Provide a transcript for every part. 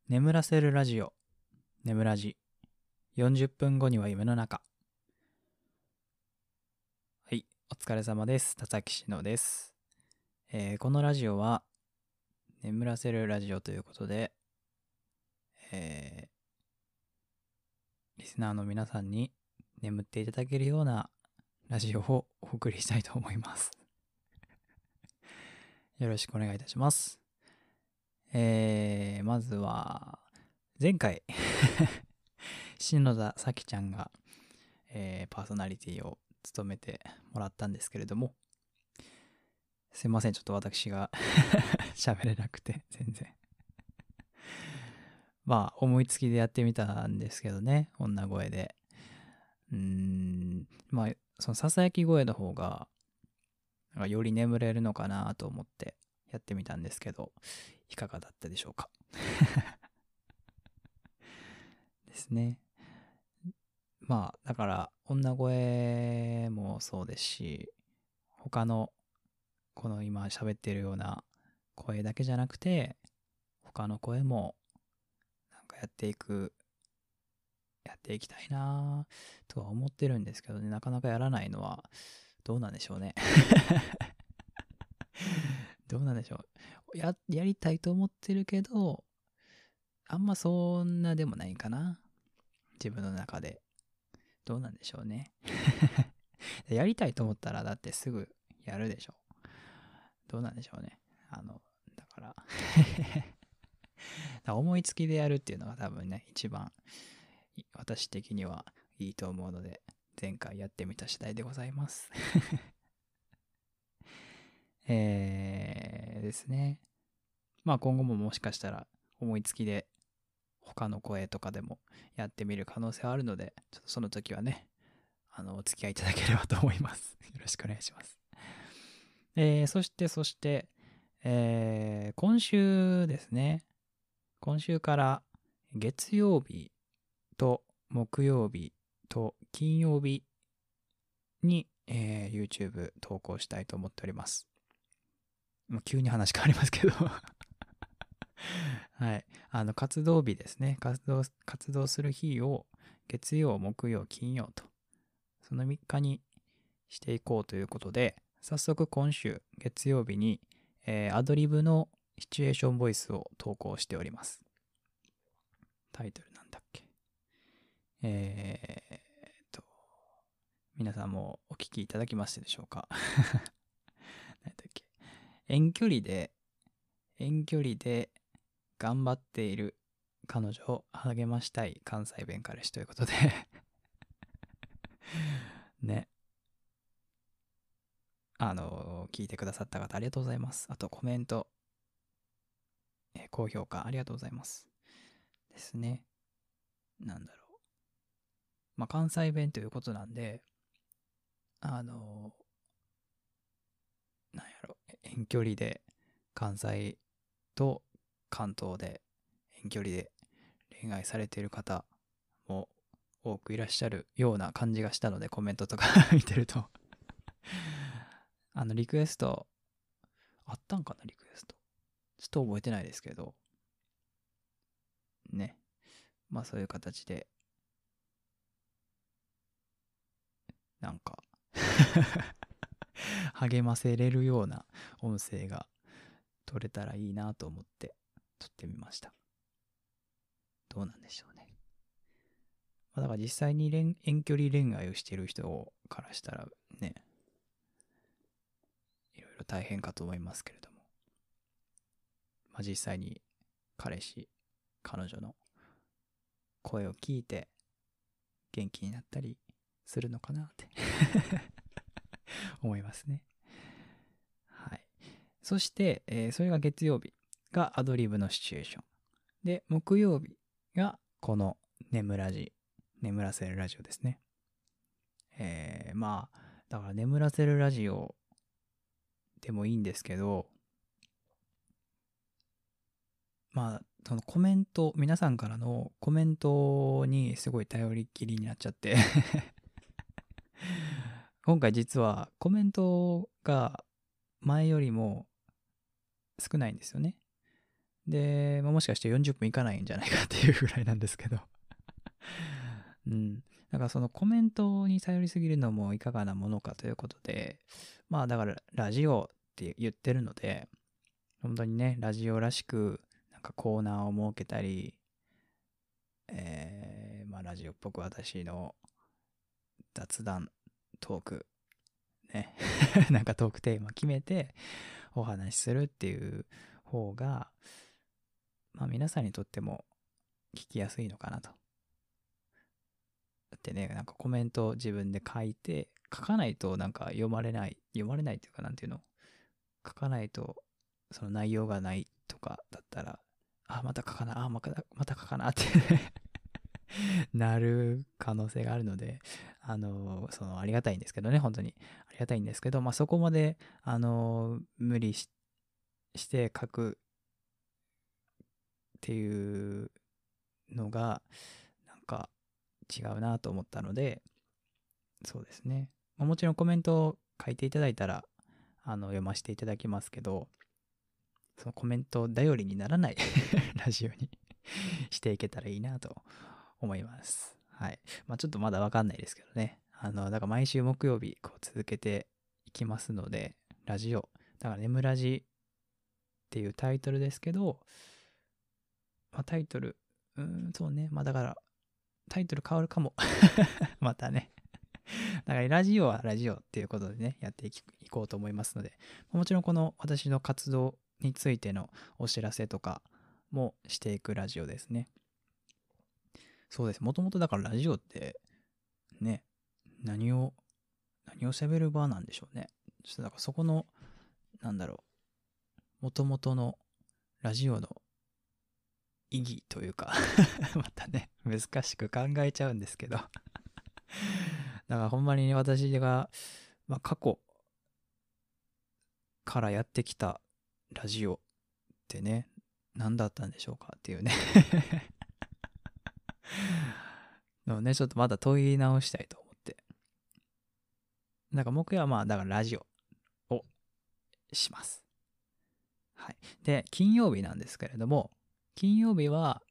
眠らせるラジオ、眠ラジ。40分後には夢の中。はい、お疲れ様です。田崎しのです。このラジオは、眠らせるラジオということで、リスナーの皆さんに眠っていただけるようなラジオをお送りしたいと思います。よろしくお願いいたします。まずは、前回、篠田咲ちゃんが、パーソナリティを務めてもらったんですけれども、すいません、ちょっと私が喋れなくて、全然。まあ、思いつきでやってみたんですけどね、女声で。まあ、そのささやき声の方が、なんかより眠れるのかなと思ってやってみたんですけど、いかがだったでしょうか。ですね。まあ、だから、女声もそうですし、他の、この今喋ってるような声だけじゃなくて、他の声もなんかやっていきたいなとは思ってるんですけどね、なかなかやらないのはどうなんでしょうね。どうなんでしょう。やりたいと思ってるけど、あんまそんなでもないかな。自分の中で。どうなんでしょうね。やりたいと思ったらだってすぐやるでしょ。どうなんでしょうね。だから思いつきでやるっていうのが多分ね、一番私的にはいいと思うので、前回やってみた次第でございます。ですね。まあ今後ももしかしたら思いつきで他の声とかでもやってみる可能性はあるので、ちょっとその時はね、お付き合いいただければと思います。よろしくお願いします。そして、今週ですね。今週から月曜日と木曜日と金曜日に、YouTube 投稿したいと思っております。もう急に話変わりますけどはい。活動日ですね。活動する日を月曜、木曜、金曜と、その3日にしていこうということで、早速今週月曜日に、アドリブのシチュエーションボイスを投稿しております。タイトルなんだっけ。えーっと、皆さんもお聞きいただきましたでしょうか。何だっけ。遠距離で、遠距離で頑張っている彼女を励ましたい関西弁彼氏ということでね。聞いてくださった方ありがとうございます。あとコメント、高評価ありがとうございます。ですね。なんだろう。まあ、関西弁ということなんで、なんやろ、遠距離で関西と関東で遠距離で恋愛されている方も多くいらっしゃるような感じがしたので、コメントとか見てるとリクエスト、あったんかな、リクエスト。ちょっと覚えてないですけど、ね。まあそういう形で、なんか励ませれるような音声が取れたらいいなと思って撮ってみました。どうなんでしょうね。まあ、だから実際に遠距離恋愛をしている人からしたらね、いろいろ大変かと思いますけれども、まあ、実際に彼氏、彼女の声を聞いて元気になったりするのかなって思いますね。はい。そして、それが月曜日がアドリブのシチュエーション。で、木曜日がこの眠らせるラジオですね。まあ、だから眠らせるラジオでもいいんですけど、まあ、そのコメント、皆さんからのコメントにすごい頼りっきりになっちゃって今回実はコメントが前よりも少ないんですよね。 で、もしかして40分いかないんじゃないかっていうぐらいなんですけどうん。だからそのコメントに頼りすぎるのもいかがなものかということで、まあだからラジオって言ってるので、本当にね、ラジオらしく、なんかコーナーを設けたり、まあラジオっぽく私の雑談、トーク、ね、なんかトークテーマ決めてお話しするっていう方が、まあ皆さんにとっても聞きやすいのかなと。だってね、なんかコメントを自分で書いて、書かないとなんか読まれないっていうかなんていうの、書かないとその内容がないとかだったら、また書かな、また書かなってなる可能性があるので、ありがたいんですけどね、本当に。ありがたいんですけど、まあ、そこまで、無理して書くっていうのが、なんか違うなと思ったので、そうですね。まあ、もちろんコメントを書いていただいたら、読ませていただきますけど、そのコメント頼りにならないラジオにしていけたらいいなと思います。はい。まあちょっとまだわかんないですけどね。だから毎週木曜日こう続けていきますので、ラジオ、だからネムラジっていうタイトルですけど、まあタイトル、そうね。まあだからタイトル変わるかも。またね。だからラジオはラジオっていうことでね、やっていこうと思いますので、もちろんこの私の活動についてのお知らせとかもしていくラジオですね。そうです。もともとだからラジオってね、何を喋る場なんでしょうね。ちょっとだからそこの、なんだろう、もともとのラジオの意義というかまたね、難しく考えちゃうんですけどだからほんまに私が、まあ、過去からやってきたラジオってね、何だったんでしょうかっていうねのね、ちょっとまだ問い直したいと思って。なんか僕はまあ、だからラジオをします。はい。で、金曜日なんですけれども、金曜日は、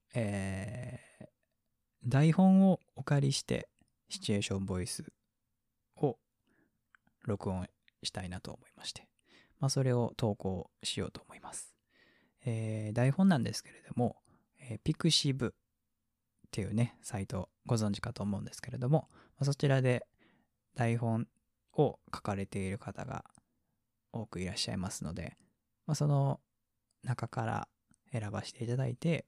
台本をお借りして、シチュエーションボイスを録音したいなと思いまして、まあ、それを投稿しようと思います。台本なんですけれども、ピクシブっていうね、サイトご存知かと思うんですけれども、まあ、そちらで台本を書かれている方が多くいらっしゃいますので、まあ、その中から選ばせていただいて、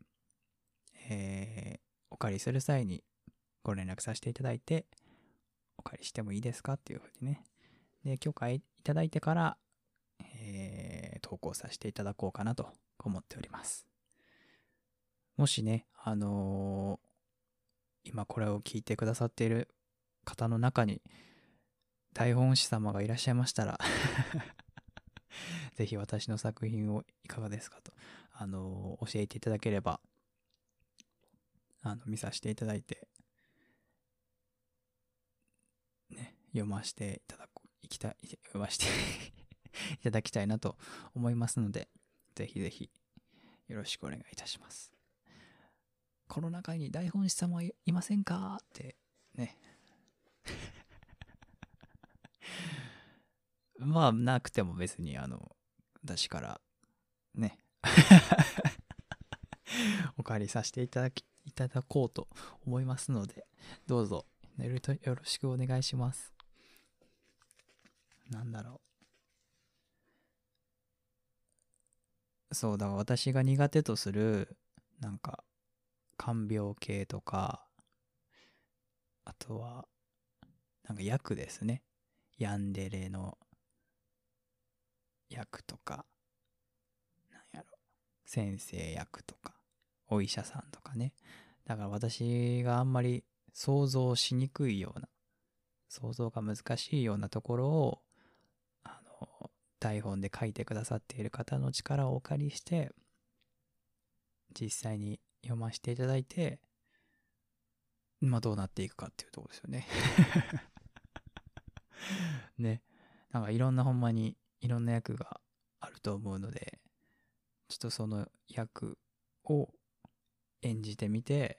お借りする際にご連絡させていただいて、お借りしてもいいですかっていうふうにね。で、許可いただいてから、投稿させていただこうかなと思っております。もしね、今これを聞いてくださっている方の中に台本師様がいらっしゃいましたらぜひ私の作品をいかがですかと、教えていただければ、見させていただいて、ね、読ませていただ読ませていただきたいなと思いますので、ぜひぜひよろしくお願いいたします。この中に台本師様はいませんかってねまあなくても別に私からねお借りさせていただこうと思いますので、どうぞよろしくお願いします。なんだろう。そうだ、私が苦手とするなんか看病系とか、あとはなんか役ですね。ヤンデレの役とか、なんやろ、先生役とか、お医者さんとかね。だから私があんまり想像しにくいような、想像が難しいようなところを、台本で書いてくださっている方の力をお借りして、実際に読ませていただいて、まあどうなっていくかっていうところですよねね。なんかいろんなほんまにいろんな役があると思うので、ちょっとその役を演じてみて、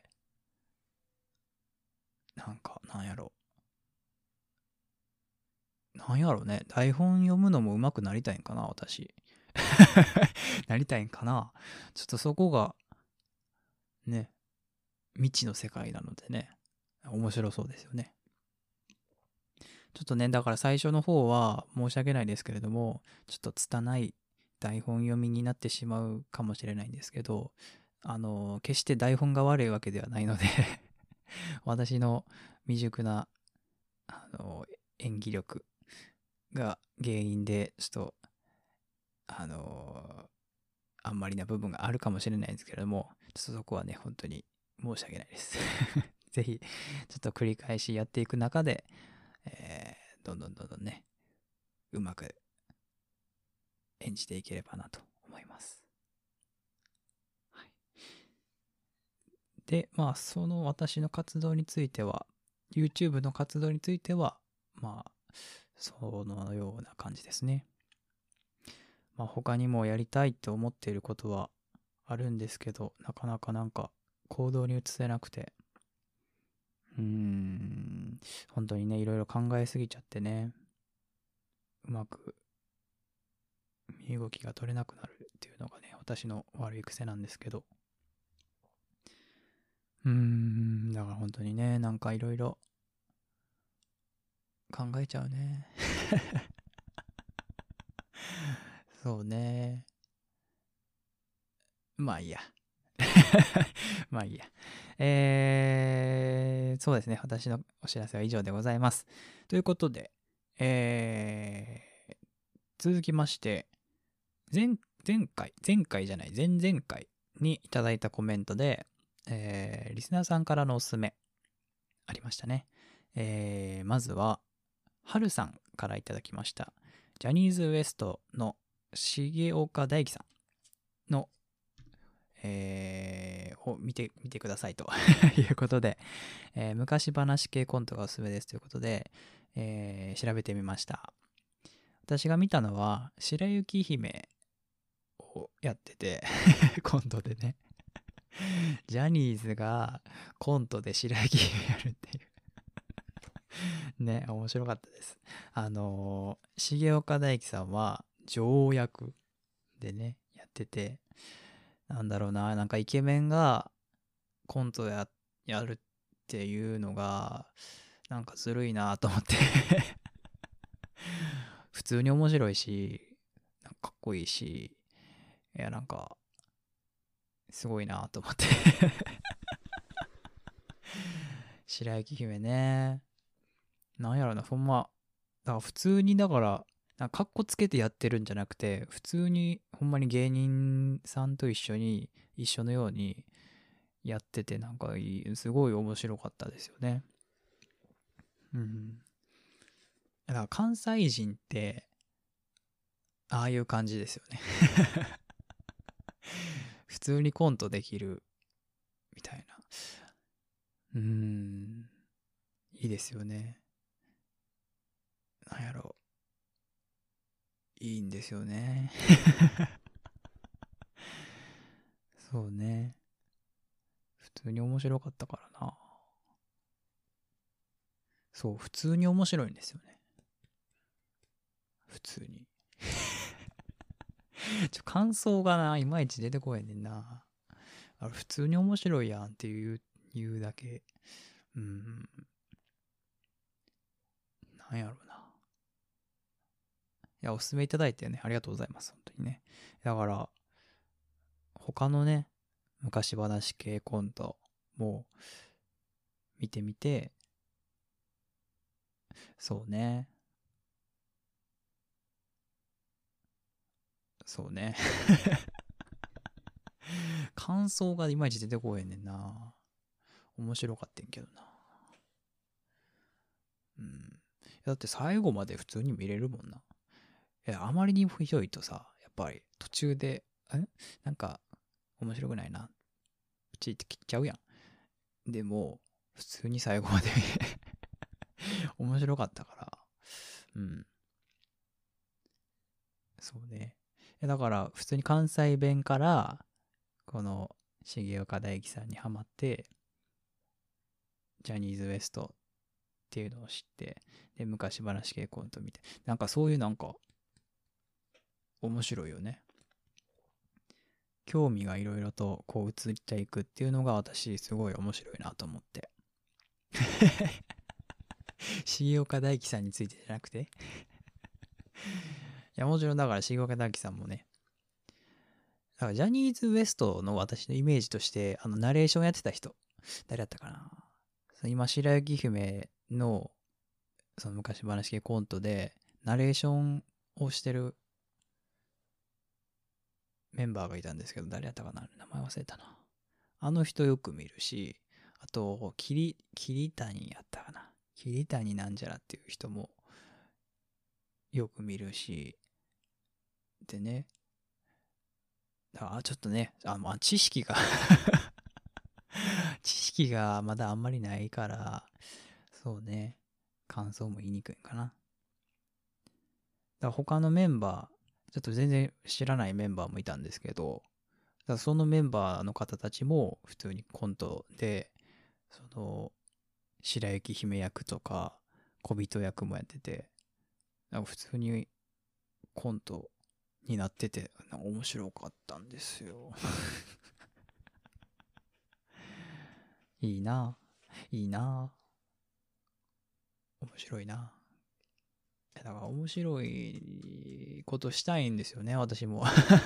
なんやろね。台本読むのも上手くなりたいんかな、私。なりたいんかな。ちょっとそこが、ね、未知の世界なのでね、面白そうですよね。ちょっとね、だから最初の方は申し訳ないですけれども、ちょっと拙い台本読みになってしまうかもしれないんですけど、決して台本が悪いわけではないので私の未熟な、あの、演技力が原因で、ちょっと、あの、あんまりな部分があるかもしれないんですけれども、ちょっとそこはね、本当に申し訳ないですぜひ、ちょっと繰り返しやっていく中で、どんどんね、うまく演じていければなと思います。はい、で、まあ、その私の活動については、YouTube の活動については、まあ、そのような感じですね。まあ、他にもやりたいと思っていることはあるんですけど、なかなか行動に移せなくて、本当にね、いろいろ考えすぎちゃってね、うまく身動きが取れなくなるっていうのがね、私の悪い癖なんですけど、だから本当にね、いろいろ考えちゃうね。そうね。まあいいや。まあいいや。そうですね。私のお知らせは以上でございます。ということで、続きまして、前回じゃない、前々回にいただいたコメントで、リスナーさんからのおすすめありましたね。まずは、はるさんからいただきました。ジャニーズ WEST の重岡大樹さんの、を見てくださいということで、昔話系コントがおすすめですということで、調べてみました。私が見たのは、白雪姫をやっててコントでねジャニーズがコントで白雪姫やるっていうね、面白かったです。重岡大樹さんは女王役でね、やってて、イケメンがコントやるっていうのが、ずるいなと思って普通に面白いし、かっこいいし、いや、すごいなと思って白雪姫ね。なんやろな、ほんま、だから普通にかっこつけてやってるんじゃなくて、普通にほんまに芸人さんと一緒のようにやってて、すごい面白かったですよね。うん。だから関西人って、ああいう感じですよね普通にコントできるみたいな。いいですよね。なんやろ。いいんですよねそうね。普通に面白かったからな。そう、普通に面白いんですよね。普通に。感想がいまいち出てこへんねんな。普通に面白いやんって言うだけ。うん。なんやろうな。いや、おすすめいただいてね、ありがとうございます。本当にね。だから、他のね、昔話系コントも見てみて、そうね。そうね。感想がいまいち出てこへんねんな。面白かったんけどな。うん。だって最後まで普通に見れるもんな。あまりにもひどいとさ、やっぱり途中で、なんか面白くないな。プチって切っちゃうやん。でも、普通に最後まで面白かったから。うん。そうね。だから、普通に関西弁から、この重岡大毅さんにハマって、ジャニーズ WEST っていうのを知って、で、昔話系コント見て、なんかそういうなんか、面白いよね。興味がいろいろとこう移っていくっていうのが私すごい面白いなと思って。重岡大毅さんについてじゃなくていやもちろんだから重岡大毅さんもね、だからジャニーズ WEST の私のイメージとして、ナレーションやってた人、誰だったかな。今、白雪姫の、その昔話系コントで、ナレーションをしてるメンバーがいたんですけど、誰やったかな、名前忘れたな。あの人よく見るし、あと、桐谷やったかな。桐谷なんじゃらっていう人もよく見るし、でね、だからちょっとね、知識が知識がまだあんまりないから、そうね、感想も言いにくいかな。だから他のメンバー、ちょっと全然知らないメンバーもいたんですけど、だからそのメンバーの方たちも普通にコントで、その、白雪姫役とか、小人役もやってて、なんか普通にコントになってて、なんか面白かったんですよ。いいな、いいな、面白いな。だから面白いことしたいんですよね、私も。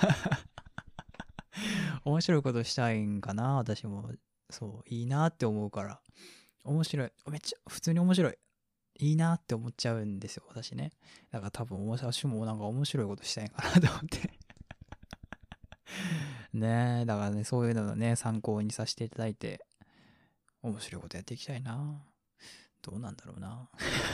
面白いことしたいんかな、私も。そう、いいなって思うから。面白い。めっちゃ、普通に面白い。いいなって思っちゃうんですよ、私ね。だから多分、私もなんか面白いことしたいんかなと思って。ねえ、だからね、そういうのをね、参考にさせていただいて、面白いことやっていきたいな。どうなんだろうな。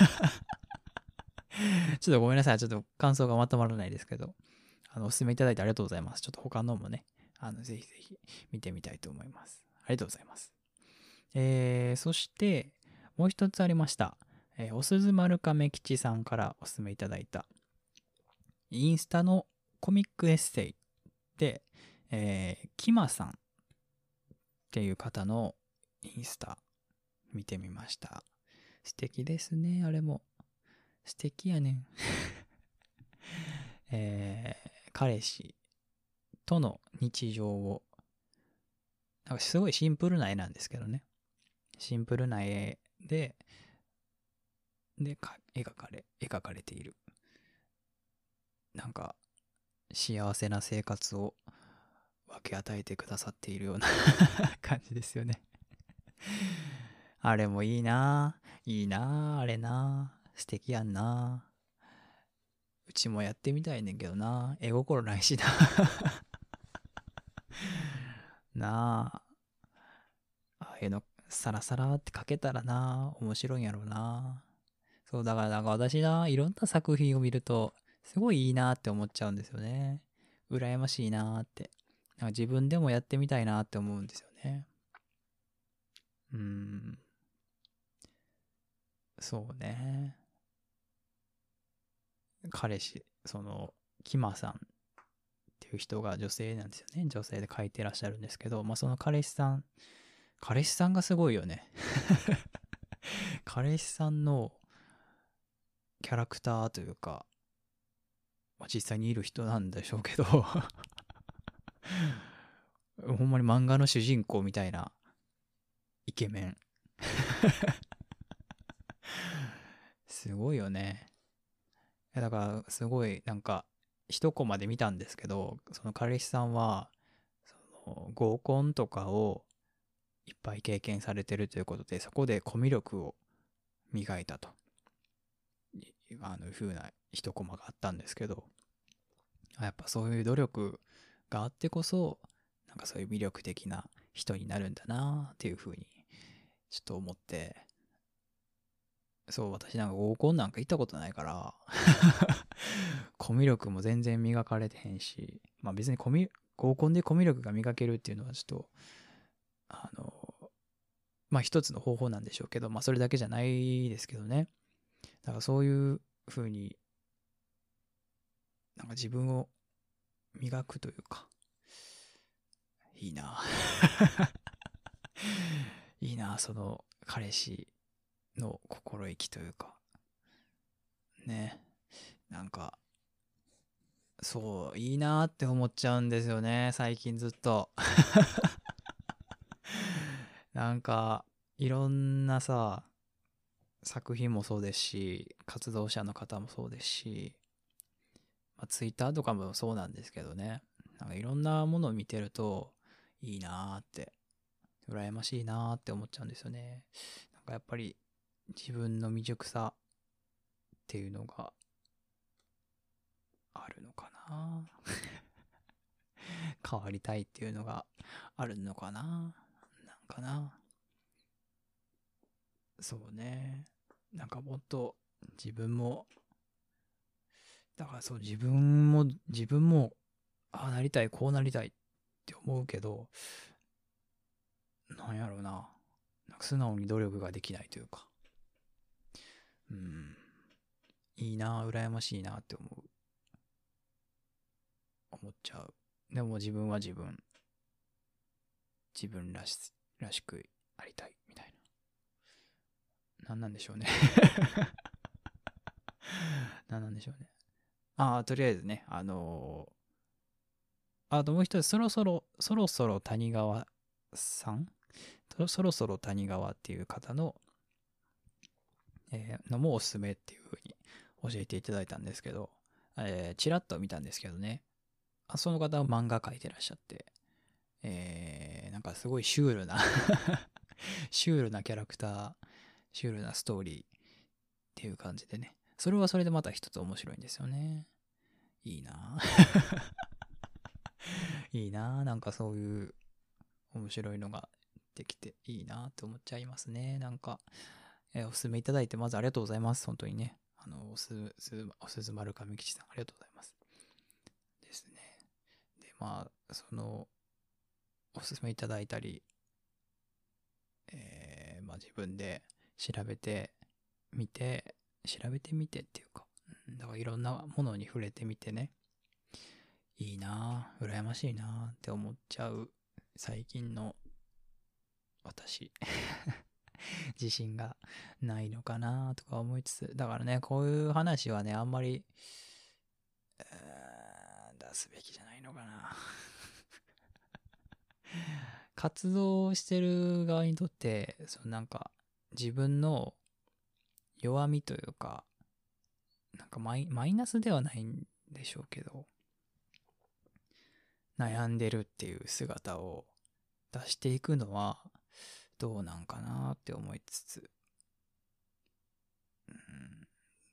ちょっとごめんなさい。ちょっと感想がまとまらないですけど、おすすめいただいてありがとうございます。ちょっと他のもね、ぜひぜひ見てみたいと思います。ありがとうございます。そして、もう一つありました。おすず丸亀吉さんからおすすめいただいた、インスタのコミックエッセイで、キマさんっていう方のインスタ見てみました。素敵ですね、あれも。素敵やねん。彼氏との日常を、なんかすごいシンプルな絵なんですけどね。シンプルな絵で、描かれている。なんか、幸せな生活を分け与えてくださっているような感じですよね。あれもいいなぁ。いいなぁ、あれなぁ。素敵やんなぁ。うちもやってみたいねんけどな。絵心ないしな。なあ。ああいうの、サラサラって描けたらな、面白いんやろうな。そう、だからなんか私な、いろんな作品を見ると、すごいいいなって思っちゃうんですよね。羨ましいなって。なんか自分でもやってみたいなって思うんですよね。うーん、そうね。彼氏、キマさんっていう人が女性なんですよね。女性で書いてらっしゃるんですけど、まあその彼氏さんがすごいよね。彼氏さんのキャラクターというか、まあ、実際にいる人なんでしょうけどほんまに漫画の主人公みたいなイケメン。すごいよね。だからすごいなんか一コマで見たんですけど、その彼氏さんは合コンとかをいっぱい経験されてるということで、そこでコミュ力を磨いたという風な一コマがあったんですけど、やっぱそういう努力があってこそ、なんかそういう魅力的な人になるんだなっていう風にちょっと思って、そう、私なんか合コンなんか行ったことないからコミュ力も全然磨かれてへんし、まあ別に合コンでコミュ力が磨けるっていうのはちょっと、あの、まあ一つの方法なんでしょうけど、まあそれだけじゃないですけどね。だからそういう風に、なんか自分を磨くというか、 いいな。いいな、その彼氏の心意気というか。ね。なんか、そう、いいなって思っちゃうんですよね、最近ずっと。なんか、いろんなさ、作品もそうですし、活動者の方もそうですし、ツイッターとかもそうなんですけどね。なんかいろんなものを見てると、いいなーって、羨ましいなーって思っちゃうんですよね。なんかやっぱり自分の未熟さっていうのがあるのかな。変わりたいっていうのがあるのかな。なんかな。そうね。なんかもっと自分も、だからそう自分も、ああなりたい、こうなりたいって思うけど、なんやろうな。なんか素直に努力ができないというか。うん。いいな、羨ましいなって思っちゃう。でも自分は自分らしくありたいみたいな。なんなんでしょうね。なんなんでしょうね。とりあえずね、あともう一つ、そろそろ谷川さんそろそろ谷川っていう方の、のもおすすめっていう風に教えていただいたんですけど、ちらっと見たんですけどね、その方は漫画描いてらっしゃって、なんかすごいシュールなシュールなキャラクター、シュールなストーリーっていう感じでね、それはそれでまた一つ面白いんですよね。いいないいななんかそういう面白いのができていいなって思っちゃいますね。なんか、おすすめいただいてまずありがとうございます。本当にね。おすず丸亀吉さんありがとうございます。ですね。で、おすすめいただいたり、自分で調べてみてっていうか、だからいろんなものに触れてみてね、いいなぁ、羨ましいなぁって思っちゃう最近の私。自信がないのかなとか思いつつ、だからね、こういう話はね、あんまり、出すべきじゃないのかな。活動してる側にとって、なんか、自分の弱みというか、なんかマイナスではないんでしょうけど、悩んでるっていう姿を出していくのは、どうなんかなって思いつつ、うん、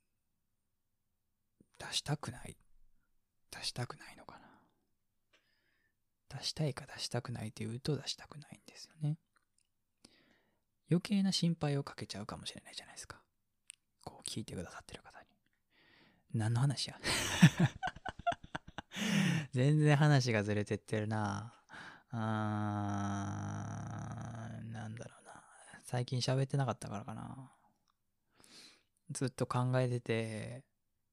出したくない。出したくないのかな。出したいか出したくないって言うと出したくないんですよね。余計な心配をかけちゃうかもしれないじゃないですか。こう聞いてくださってる方に。何の話や全然話がずれてってるななんだろうな。最近喋ってなかったからかな。ずっと考えてて、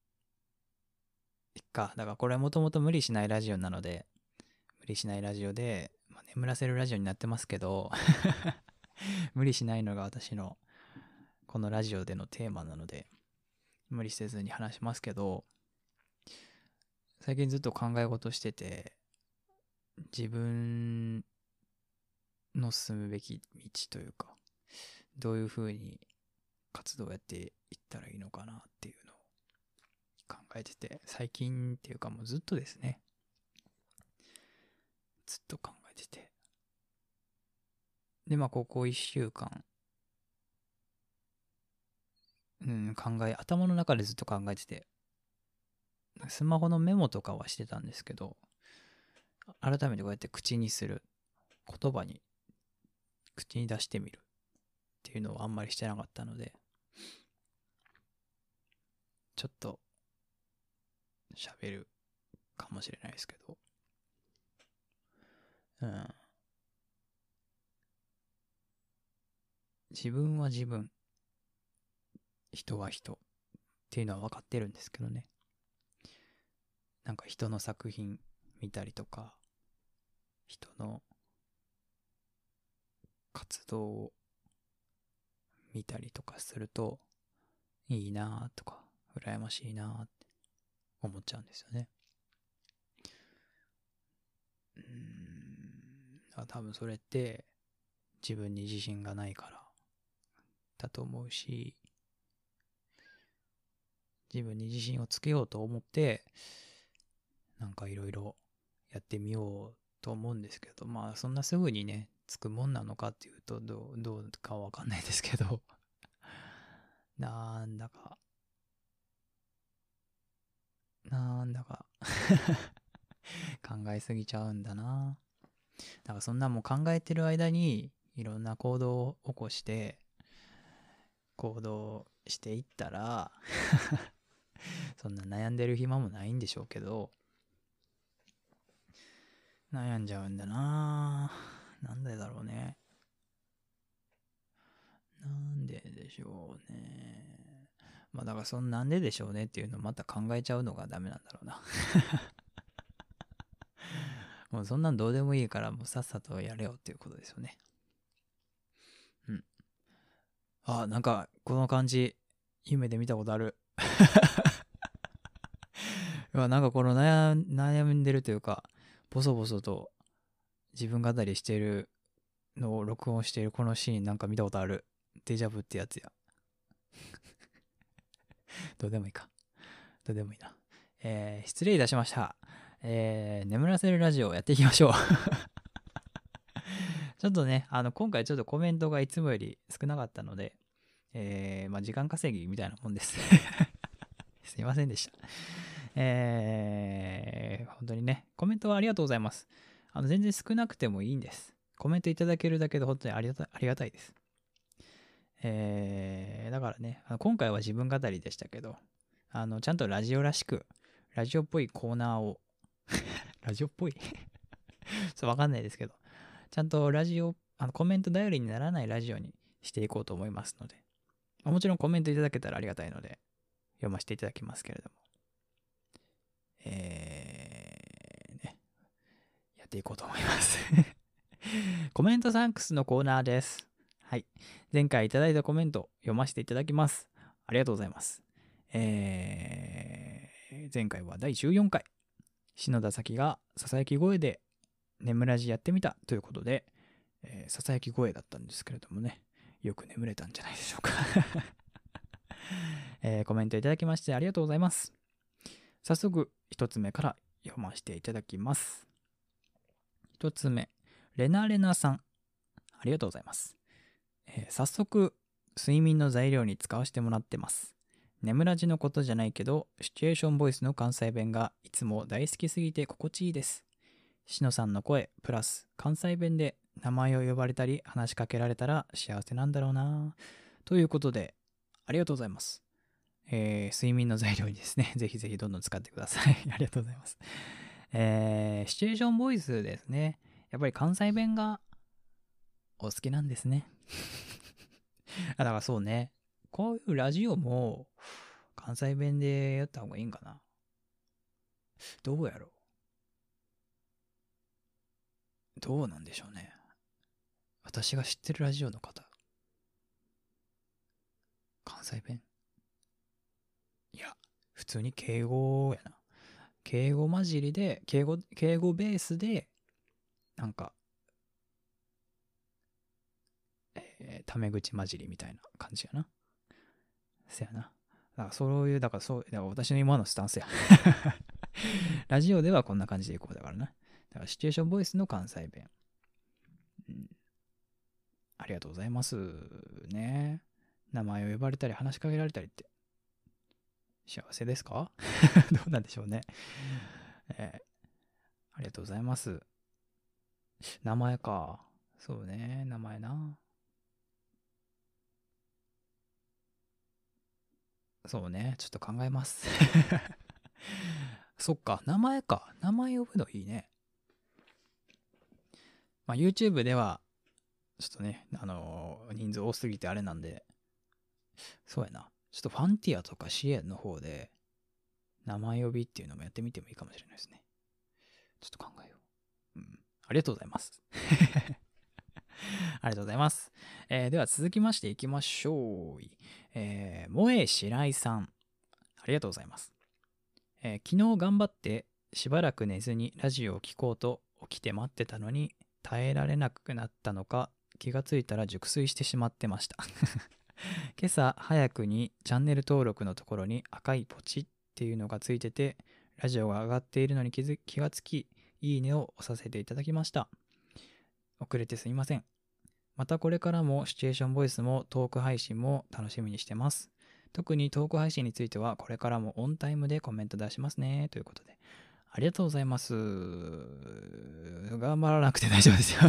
だからこれはもともと無理しないラジオなので、無理しないラジオで、眠らせるラジオになってますけど、無理しないのが私のこのラジオでのテーマなので、無理せずに話しますけど、最近ずっと考え事してて、自分の進むべき道というか、どういう風に活動をやっていったらいいのかなっていうのを考えてて、最近っていうかもうずっとですね、ずっと考えてて。で、ここ1週間、頭の中でずっと考えてて、スマホのメモとかはしてたんですけど、改めてこうやって言葉に、口に出してみるっていうのをあんまりしてなかったので、ちょっと喋るかもしれないですけど、うん。自分は自分、人は人っていうのは分かってるんですけどね。なんか人の作品見たりとか、人の活動を見たりとかすると、いいなとか、羨ましいなって思っちゃうんですよね。多分それって自分に自信がないからだと思うし、自分に自信をつけようと思ってなんかいろいろやってみようと思うんですけど、まあそんなすぐにねつくもんなのかっていうとどうかわかんないですけどなんだか考えすぎちゃうんだな。だからそんなもう考えてる間にいろんな行動を起こして行動していったらそんな悩んでる暇もないんでしょうけど、悩んじゃうんだな。なんでだろうね。なんででしょうね。まあだからそんなんででしょうねっていうのをまた考えちゃうのがダメなんだろうな。もうそんなんどうでもいいからもうさっさとやれよっていうことですよね。うん。あ、なんかこの感じ夢で見たことある。なんかこの悩んでるというか、ボソボソと自分語りしてるのを録音しているこのシーンなんか見たことある。デジャブってやつや。どうでもいいか。どうでもいいな。失礼いたしました。眠らせるラジオをやっていきましょう。ちょっとね、今回ちょっとコメントがいつもより少なかったので、まあ時間稼ぎみたいなもんです。すいませんでした。本当にね、コメントはありがとうございます。全然少なくてもいいんです。コメントいただけるだけで本当にありがたいです。だからね、今回は自分語りでしたけど、ちゃんとラジオらしく、ラジオっぽいコーナーを、ラジオっぽいそう、わかんないですけど、ちゃんとラジオ、コメント頼りにならないラジオにしていこうと思いますので、もちろんコメントいただけたらありがたいので、読ませていただきますけれども、ね、やっていこうと思いますコメントサンクスのコーナーです。はい。前回いただいたコメント読ませていただきます。ありがとうございます。前回は第14回。篠田咲がささやき声で眠らじやってみたということで、ささやき声だったんですけれどもね、よく眠れたんじゃないでしょうかコメントいただきましてありがとうございます。早速一つ目から読ませていただきます。一つ目、レナレナさん、ありがとうございます。早速睡眠の材料に使わせてもらってます。眠らじのことじゃないけどシチュエーションボイスの関西弁がいつも大好きすぎて心地いいです。しのさんの声プラス関西弁で名前を呼ばれたり話しかけられたら幸せなんだろうなということでありがとうございます。睡眠の材料にですねぜひぜひどんどん使ってくださいありがとうございます。シチュエーションボイスですね。やっぱり関西弁がお好きなんですねだからそうね、こういうラジオも関西弁でやった方がいいんかな。どうやろう。どうなんでしょうね。私が知ってるラジオの方、関西弁、いや、普通に敬語やな。敬語混じりで、敬語ベースで、なんか、タメ口混じりみたいな感じやな。せやな。だからそういう、だからそう、だから私の今のスタンスや。ラジオではこんな感じでいこうだからな。だからシチュエーションボイスの関西弁。うん、ありがとうございますね。名前を呼ばれたり話しかけられたりって幸せですかどうなんでしょうね。ありがとうございます。名前か。そうね、名前な。そうね、ちょっと考えますそっか、名前か。名前呼ぶのいいね。まあ、YouTube では、ちょっとね、人数多すぎてあれなんで、そうやな。ちょっとファンティアとかシエンの方で、名前呼びっていうのもやってみてもいいかもしれないですね。ちょっと考えよう。うん。ありがとうございます。 ありがとうございます。では続きましていきましょう。萌え白井さん。ありがとうございます。昨日頑張ってしばらく寝ずにラジオを聞こうと起きて待ってたのに耐えられなくなったのか気がついたら熟睡してしまってました。今朝早くにチャンネル登録のところに赤いポチっていうのがついててラジオが上がっているのに気がつきいいねを押させていただきました。遅れてすいません。またこれからもシチュエーションボイスもトーク配信も楽しみにしてます。特にトーク配信についてはこれからもオンタイムでコメント出しますね。ということで。ありがとうございます。頑張らなくて大丈夫ですよ。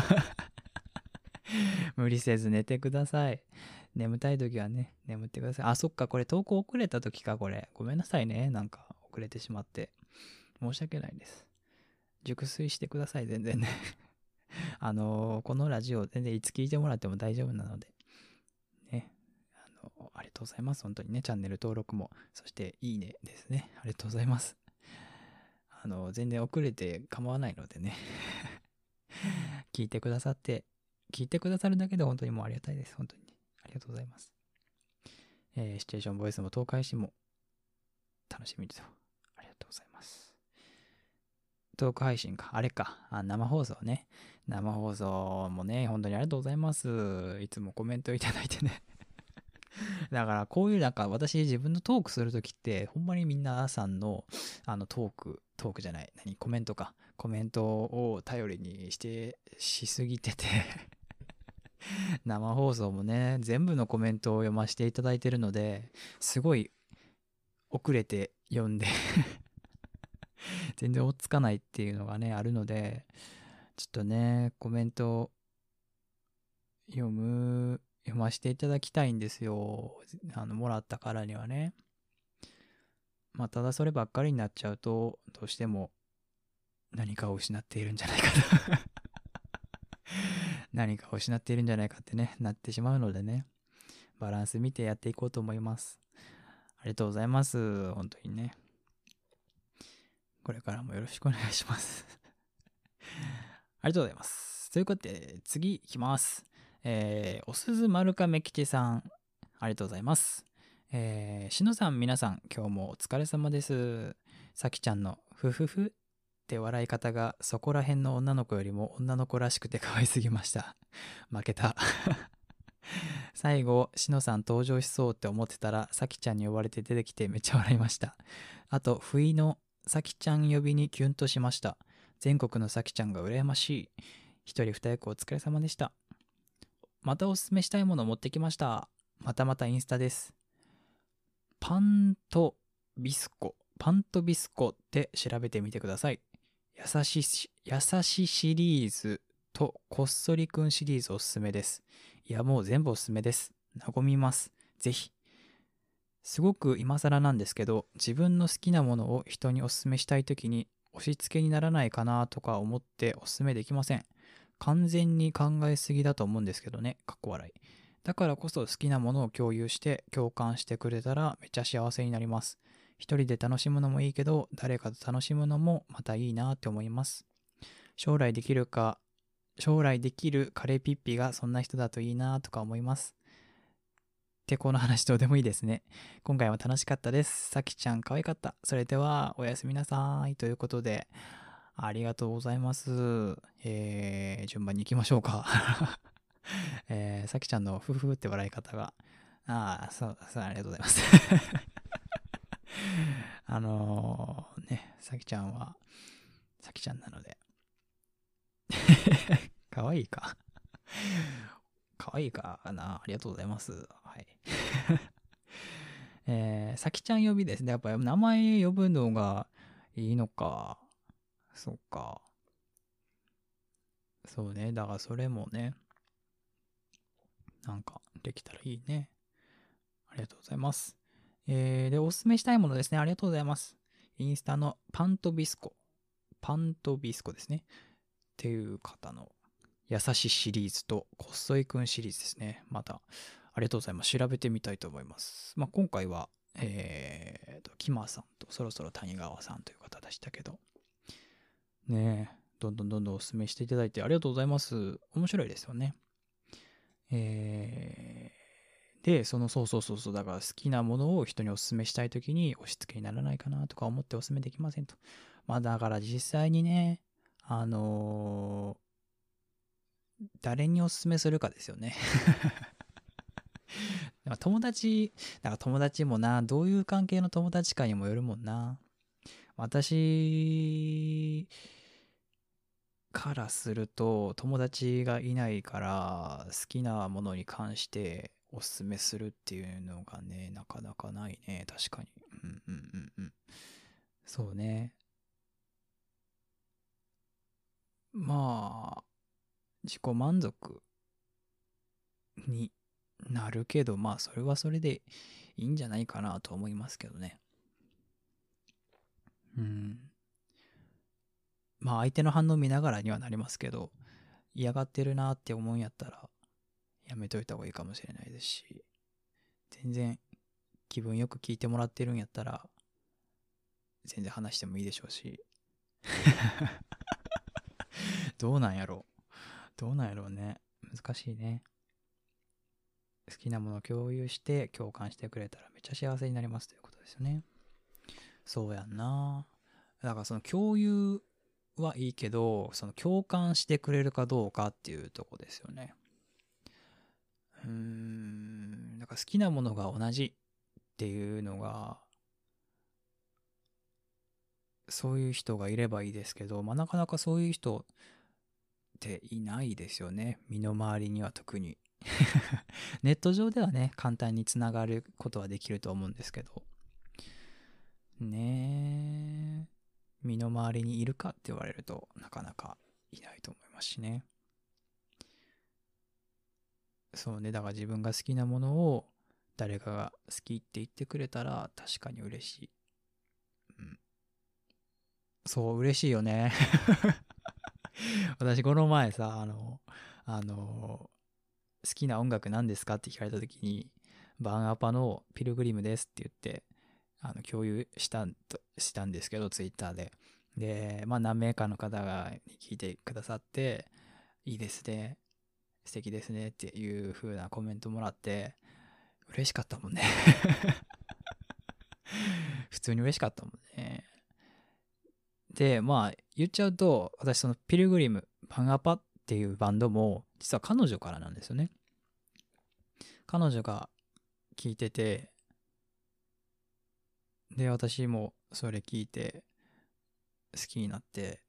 無理せず寝てください。眠たい時はね、眠ってください。あ、そっか、これ投稿遅れた時か、これ。ごめんなさいね。なんか遅れてしまって。申し訳ないです。熟睡してください、全然ね。このラジオ全然いつ聞いてもらっても大丈夫なので。ね。ありがとうございます。本当にね、チャンネル登録も、そしていいねですね。ありがとうございます。全然遅れて構わないのでね。聞いてくださるだけで本当にもうありがたいです。本当に。ありがとうございます。シチュエーションボイスも東海市も楽しみですよ。ありがとうございます。トーク配信か。あれか。生放送ね。生放送もね、本当にありがとうございます。いつもコメントいただいてね。だからこういうなんか私自分のトークするときってほんまに皆さんのトークじゃない、コメントか。コメントを頼りにしすぎてて生放送もね、全部のコメントを読ませていただいてるので、すごい遅れて読んで全然追っつかないっていうのがね、あるので、ちょっとね、コメント読ませていただきたいんですよ。もらったからにはね。まあ、ただそればっかりになっちゃうと、どうしても何かを失っているんじゃないかと何かを失っているんじゃないかってね、なってしまうのでね、バランス見てやっていこうと思います。ありがとうございます。本当にね。これからもよろしくお願いしますありがとうございます。ということで、次いきます。おすず丸亀吉さん、ありがとうございます。しのさん、皆さん、今日もお疲れ様です。さきちゃんのふふふって笑い方がそこら辺の女の子よりも女の子らしくて可愛すぎました。負けた。最後、しのさん登場しそうって思ってたら、さきちゃんに呼ばれて出てきてめっちゃ笑いました。あと、不意のさきちゃん呼びにキュンとしました。全国のさきちゃんが羨ましい。一人二役お疲れ様でした。またおすすめしたいもの持ってきました。またまたインスタです。パントビスコって調べてみてください。優しシリーズとこっそりくんシリーズおすすめです。いや、もう全部おすすめです。和みます。ぜひ。すごく今更なんですけど、自分の好きなものを人におすすめしたいときに押し付けにならないかなとか思っておすすめできません。完全に考えすぎだと思うんですけどね。かっこ笑い。だからこそ好きなものを共有して共感してくれたらめっちゃ幸せになります。一人で楽しむのもいいけど、誰かと楽しむのもまたいいなって思います。将来できるカレーピッピがそんな人だといいなとか思います。ってこの話どうでもいいですね。今回は楽しかったです。さきちゃん可愛かった。それではおやすみなさい。ということで、ありがとうございます。順番に行きましょうか。さきちゃんのふふって笑い方が、そう、ありがとうございます。さきちゃんは、さきちゃんなので。可愛いか。可愛いかな。ありがとうございます。はい。さきちゃん呼びですね。やっぱり名前呼ぶのがいいのか。そっか。そうね。だからそれもね、なんかできたらいいね。ありがとうございます。で、おすすめしたいものですね。ありがとうございます。インスタのパントビスコですね。っていう方の優しシリーズとこっそいくんシリーズですね。また、ありがとうございます。調べてみたいと思います。今回は、キマさんとそろそろ谷川さんという方でしたけど、ねえ、どんどんお勧めしていただいてありがとうございます。面白いですよね。 で、そう、だから好きなものを人にお勧めしたいときに押し付けにならないかなとか思ってお勧めできませんと。まあだから実際にね、誰にお勧めするかですよね。だから友達もな、どういう関係の友達かにもよるもんな。私からすると友達がいないから好きなものに関しておすすめするっていうのがね、なかなかないね。確かに。うん。そうね。まあ、自己満足になるけど、まあそれはそれでいいんじゃないかなと思いますけどね。うん。まあ相手の反応見ながらにはなりますけど、嫌がってるなって思うんやったらやめといた方がいいかもしれないですし、全然気分よく聞いてもらってるんやったら全然話してもいいでしょうし。どうなんやろう。どうなんやろうね。難しいね。好きなものを共有して共感してくれたらめっちゃ幸せになりますということですよね。そうやんな。だからその共有はいいけど、その共感してくれるかどうかっていうとこですよね。だから好きなものが同じっていうのが、そういう人がいればいいですけど、まあなかなかそういう人っていないですよね。身の回りには特に。ネット上ではね、簡単につながることはできると思うんですけど、ねえ、身の回りにいるかって言われるとなかなかいないと思いますしね。そうね、だから自分が好きなものを誰かが好きって言ってくれたら確かに嬉しい。うん、そう、嬉しいよね。私この前さ、好きな音楽何ですかって聞かれた時に、バンアパのピルグリムですって言って、共有したんですけど、ツイッターで。で、まあ何名かの方が聞いてくださって、いいですね、素敵ですねっていう風なコメントもらって、嬉しかったもんね。普通に嬉しかったもんね。で、まあ言っちゃうと、私そのピルグリム、バンアパっていうバンドも、実は彼女からなんですよね。彼女が聞いてて、で、私もそれ聞いて好きになって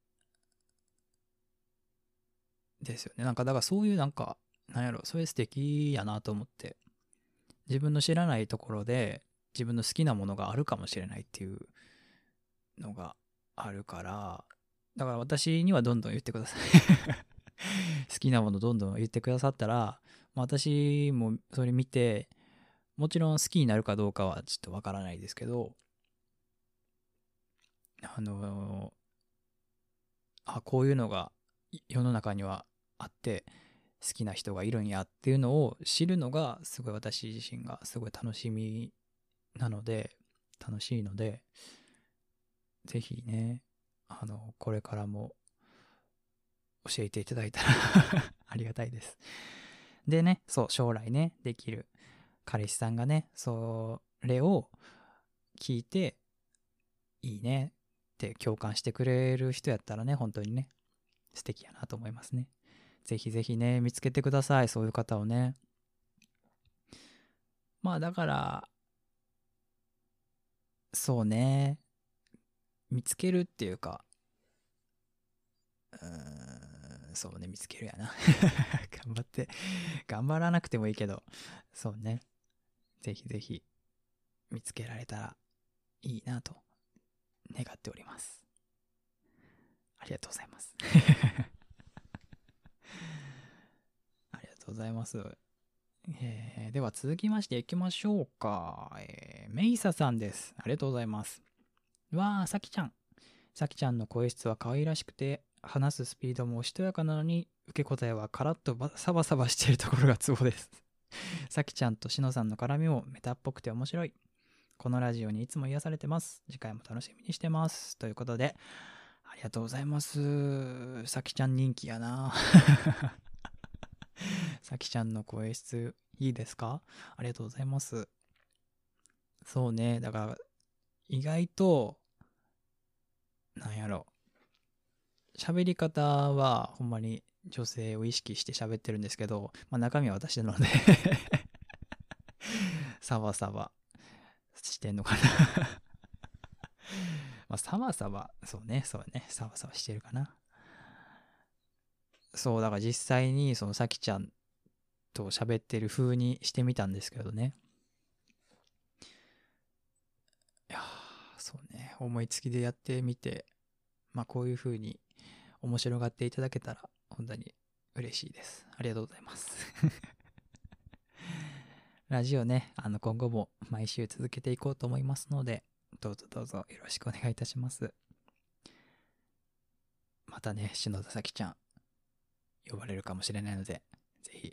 ですよね。なんか、だからそういうなんか、なんやろ、それ素敵やなと思って、自分の知らないところで自分の好きなものがあるかもしれないっていうのがあるから、だから私にはどんどん言ってください。好きなものどんどん言ってくださったら、私もそれ見て、もちろん好きになるかどうかはちょっとわからないですけど、あのこういうのが世の中にはあって好きな人がいるんやっていうのを知るのがすごい私自身がすごい楽しみなので、楽しいので、ぜひね、これからも教えていただいたらありがたいです。でね、そう、将来ね、できる彼氏さんがね、それを聞いて、いいねって共感してくれる人やったらね、本当にね、素敵やなと思いますね。ぜひぜひね、見つけてください、そういう方をね。まあだから、そうね、見つけるっていうか、そうね、見つけるやな。頑張って、頑張らなくてもいいけど、そうね、ぜひぜひ見つけられたらいいなと願っております。ありがとうございます。ありがとうございます。では続きましていきましょうか。メイサさんです。ありがとうございます。わー、さきちゃん。さきちゃんの声質は可愛らしくて、話すスピードもおしとやかなのに、受け答えはカラッとサバサバしているところがツボです。さきちゃんとしのさんの絡みもメタっぽくて面白い。このラジオにいつも癒されてます。次回も楽しみにしてます。ということで、ありがとうございます。さきちゃん人気やな。 さきちゃんの声質いいですか？ありがとうございます。そうね、だから意外と、なんやろ、喋り方はほんまに女性を意識して喋ってるんですけど、まあ中身は私なのでサバサバしてんのかなまあサバサバ、そうね、サバサバしてるかな。そう、だから実際にそのさきちゃんと喋ってる風にしてみたんですけどね。いやー、そうね、思いつきでやってみて、まあこういう風に面白がっていただけたら本当に嬉しいです。ありがとうございますラジオね、今後も毎週続けていこうと思いますので、どうぞどうぞよろしくお願いいたします。またね、篠田咲ちゃん呼ばれるかもしれないので、ぜひ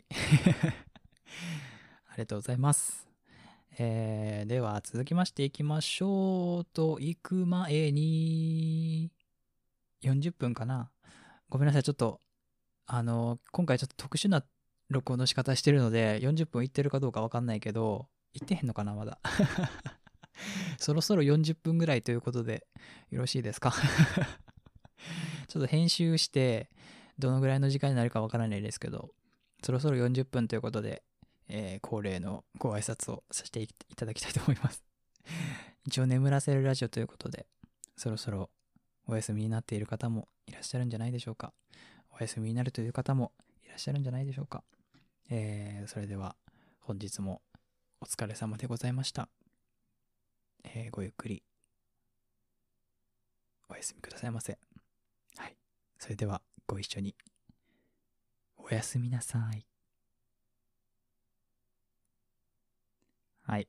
ありがとうございます。では続きましていきましょうと、行く前に40分かな。ごめんなさい、ちょっと今回ちょっと特殊な録音の仕方してるので40分いってるかどうかわかんないけど、いってへんのかなまだそろそろ40分ぐらいということでよろしいですかちょっと編集してどのぐらいの時間になるかわからないですけど、そろそろ40分ということで、恒例のご挨拶をさせていただきたいと思います一応眠らせるラジオということで、そろそろお休みになっている方もいらっしゃるんじゃないでしょうか。お休みになるという方もいらっしゃるんじゃないでしょうか。それでは本日もお疲れ様でございました。ごゆっくりお休みくださいませ。はい。それではご一緒に。おやすみなさい。はい。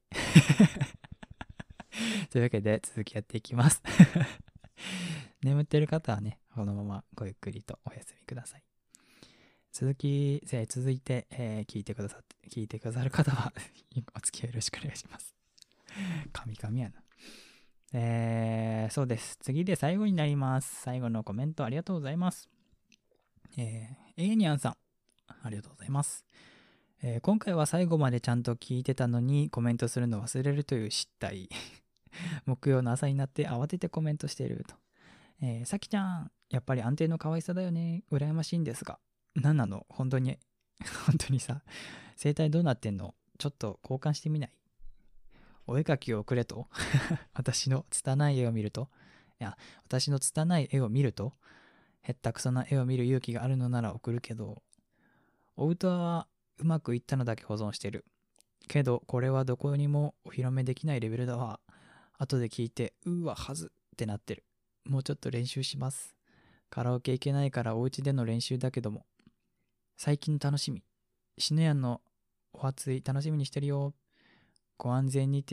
というわけで続きやっていきます眠ってる方はね、このままごゆっくりとお休みください。続いて、聞いてくださる方はお付き合いよろしくお願いします神々やな。そうです。次で最後になります。最後のコメントありがとうございます。エイニャンさん、ありがとうございます。今回は最後までちゃんと聞いてたのにコメントするの忘れるという失態。木曜の朝になって慌ててコメントしていると。さきちゃん、やっぱり安定の可愛さだよね。羨ましいんですが。何なの本当に、本当にさ、声帯どうなってんの？ちょっと交換してみない？お絵描きをくれと私の拙い絵を見ると、私の拙い絵を見ると、へったくそな絵を見る勇気があるのなら送るけど、お歌はうまくいったのだけ保存してる。けど、これはどこにもお披露目できないレベルだわ。後で聞いて、うわ、はずってなってる。もうちょっと練習します。カラオケ行けないからお家での練習だけども。最近の楽しみ。シノヤンのお初い楽しみにしてるよ。ご安全に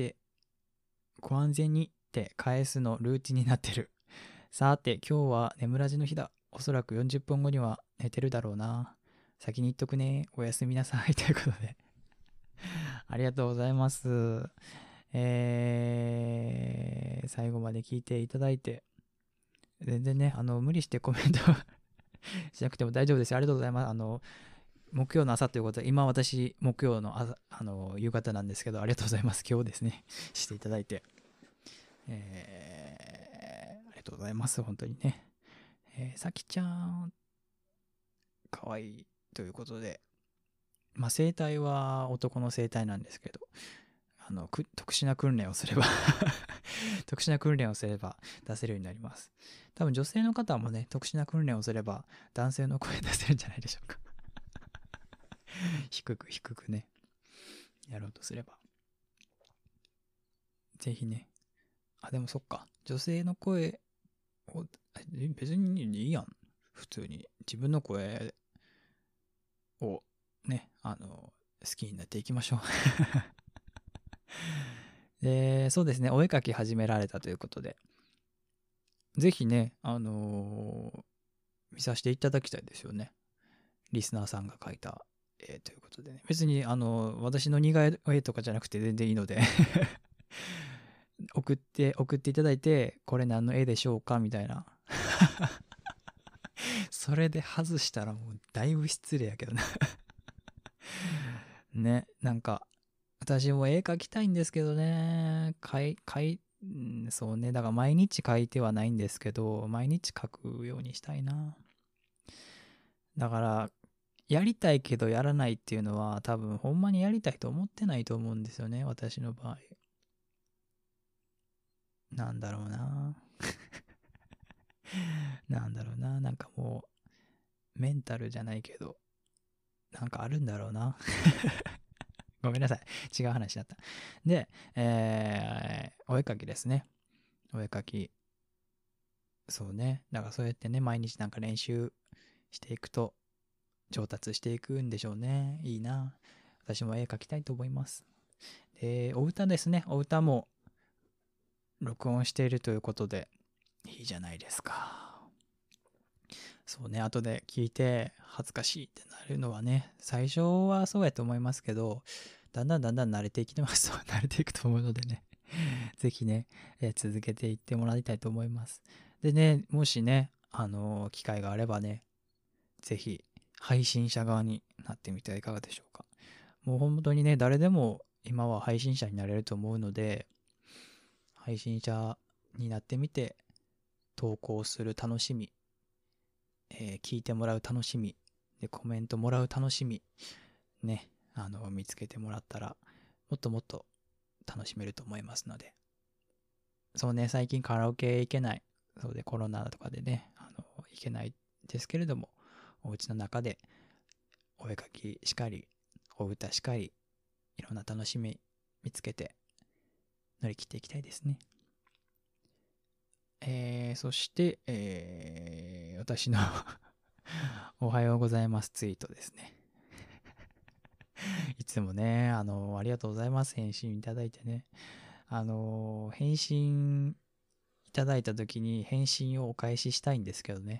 って返すのルーチンになってる。さて、今日は眠らじの日だ。おそらく40分後には寝てるだろうな。先に言っとくね。おやすみなさい。ということでありがとうございます。最後まで聞いていただいて、全然ね、無理してコメントしなくても大丈夫ですよ。ありがとうございます。木曜の朝ということで、今私、木曜の朝、夕方なんですけど、ありがとうございます。今日ですね、していただいて。ありがとうございます。本当にね。さきちゃん、かわいいということで、まあ、声帯は男の声帯なんですけど、特殊な訓練をすれば特殊な訓練をすれば出せるようになります。多分女性の方もね、特殊な訓練をすれば男性の声出せるんじゃないでしょうか低くね、やろうとすれば。ぜひね。でもそっか。女性の声を、別にいいやん。普通に。自分の声をね、好きになっていきましょうで、そうですね、お絵描き始められたということで、ぜひね、見させていただきたいですよね。リスナーさんが描いた絵ということでね。別に、私の似顔絵とかじゃなくて全然いいので送っていただいて、これ何の絵でしょうかみたいな。それで外したらもうだいぶ失礼やけどなね、なんか、私も絵描きたいんですけどね、そうね、だから毎日描いてはないんですけど、毎日描くようにしたいな。だから、やりたいけどやらないっていうのは、多分、ほんまにやりたいと思ってないと思うんですよね、私の場合。なんだろうな。なんだろうな。なんかもう、メンタルじゃないけど、なんかあるんだろうな。ごめんなさい。違う話だった。で、お絵かきですね。お絵かき。そうね。だからそうやってね、毎日なんか練習していくと、上達していくんでしょうね。いいな。私も絵描きたいと思います。で、お歌ですね。お歌も録音しているということで、いいじゃないですか。そうね、後で聞いて恥ずかしいってなるのはね、最初はそうやと思いますけど、だんだん慣れていきますと、慣れていくと思うのでね、ぜひね、続けていってもらいたいと思います。でね、もしね、機会があればね、ぜひ配信者側になってみてはいかがでしょうか。もう本当にね、誰でも今は配信者になれると思うので、配信者になってみて、投稿する楽しみ、聞いてもらう楽しみ、で、コメントもらう楽しみ、ね、見つけてもらったら、もっともっと楽しめると思いますので。そうね、最近カラオケ行けない。そうで、コロナとかでね、行けないですけれども、お家の中でお絵かきしかり、お歌しかり、いろんな楽しみ見つけて乗り切っていきたいですね。そして、私のおはようございますツイートですね。いつもね、ありがとうございます。返信いただいてね。返信いただいた時に返信をお返ししたいんですけどね。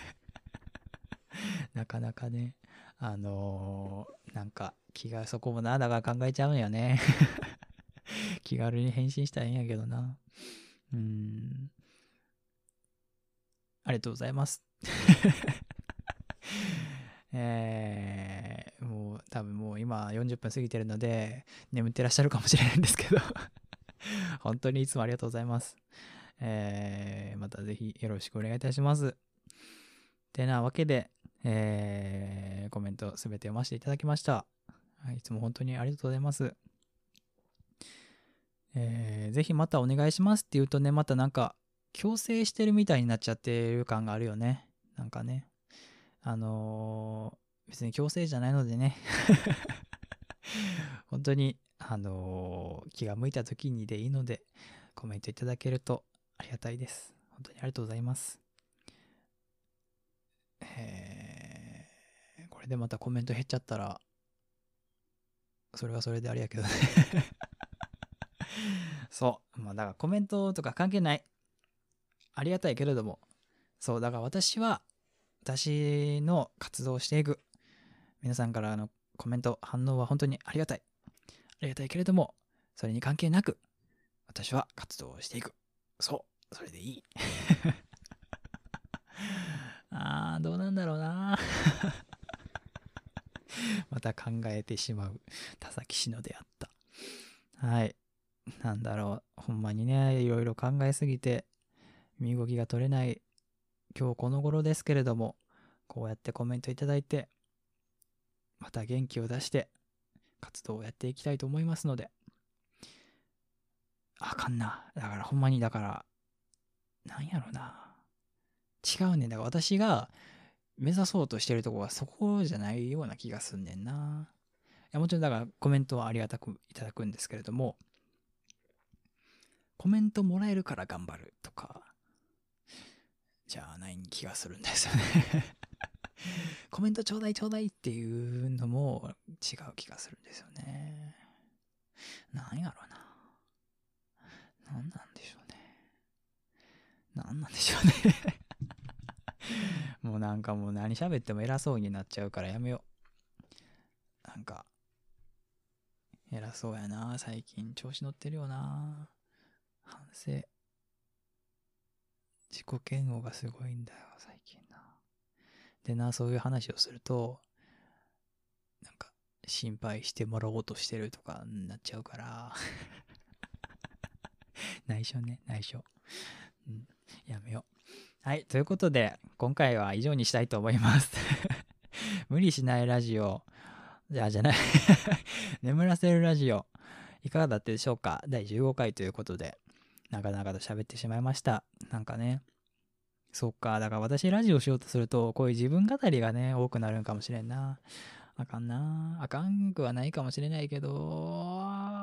なかなかね、なんかそこもな、だから考えちゃうんよね。気軽に返信したらいいんやけどな。ありがとうございます。もう多分もう今40分過ぎてるので眠ってらっしゃるかもしれないんですけど本当にいつもありがとうございます。またぜひよろしくお願いいたします。てなわけで、コメントすべて読ませていただきました。はい、いつも本当にありがとうございます。ぜひまたお願いしますって言うとね、またなんか強制してるみたいになっちゃってる感があるよね。なんかね。別に強制じゃないのでね本当に、気が向いた時にでいいので、コメントいただけるとありがたいです。本当にありがとうございます。これでまたコメント減っちゃったら、それはそれであれやけどねそう。まあだからコメントとか関係ない。ありがたいけれども、そう、だから私の活動をしていく。皆さんからのコメント、反応は本当にありがたい。ありがたいけれども、それに関係なく、私は活動をしていく。そう、それでいい。どうなんだろうなまた考えてしまう田崎しのであった。はい。なんだろう。ほんまにね、いろいろ考えすぎて、身動きが取れない今日この頃ですけれども、こうやってコメントいただいて、また元気を出して活動をやっていきたいと思いますので、あかんな。だからほんまに、だから、なんやろな。違うねん。だから私が目指そうとしてるとこはそこじゃないような気がすんねんな。いやもちろんだからコメントはありがたくいただくんですけれども、コメントもらえるから頑張るとか、じゃない気がするんですよねコメントちょうだいちょうだいっていうのも違う気がするんですよね。なんやろな。なんなんでしょうね。なんなんでしょうねもうなんかもう何喋っても偉そうになっちゃうからやめよう。なんか、偉そうやな。最近調子乗ってるよな。反省。自己嫌悪がすごいんだよ、最近な。でな、そういう話をすると、なんか、 心配してもらおうとしてるとかになっちゃうから内緒ね、内緒。やめよう。はい、ということで今回は以上にしたいと思います無理しないラジオじゃない眠らせるラジオいかがだったでしょうか。第15回ということで長々と喋ってしまいました。なんかね、そっか、だから私ラジオしようとするとこういう自分語りがね多くなるんかもしれんな。あかんな。あかんくはないかもしれないけど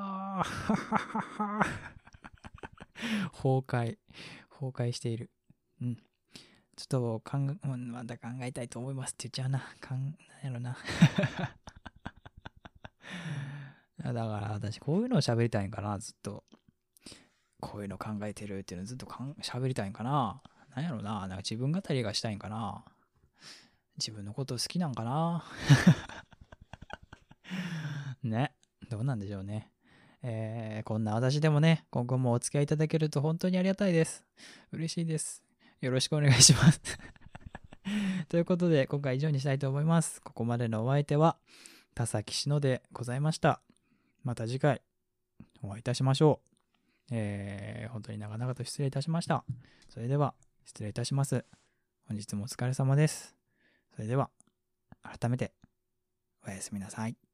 崩壊している。ちょっとまた考えたいと思いますって言っちゃうな。なんやろなだから私こういうのを喋りたいんかな。ずっとこういうの考えてるっていうのをずっと喋りたいんかな。なんやろな。なんか自分語りがしたいんかな。自分のこと好きなんかなね、どうなんでしょうね。こんな私でもね、今後もお付き合いいただけると本当にありがたいです。嬉しいです。よろしくお願いしますということで、今回は以上にしたいと思います。ここまでのお相手は、田崎しのでございました。また次回、お会いいたしましょう。本当に長々と失礼いたしました。それでは、失礼いたします。本日もお疲れ様です。それでは、改めて、おやすみなさい。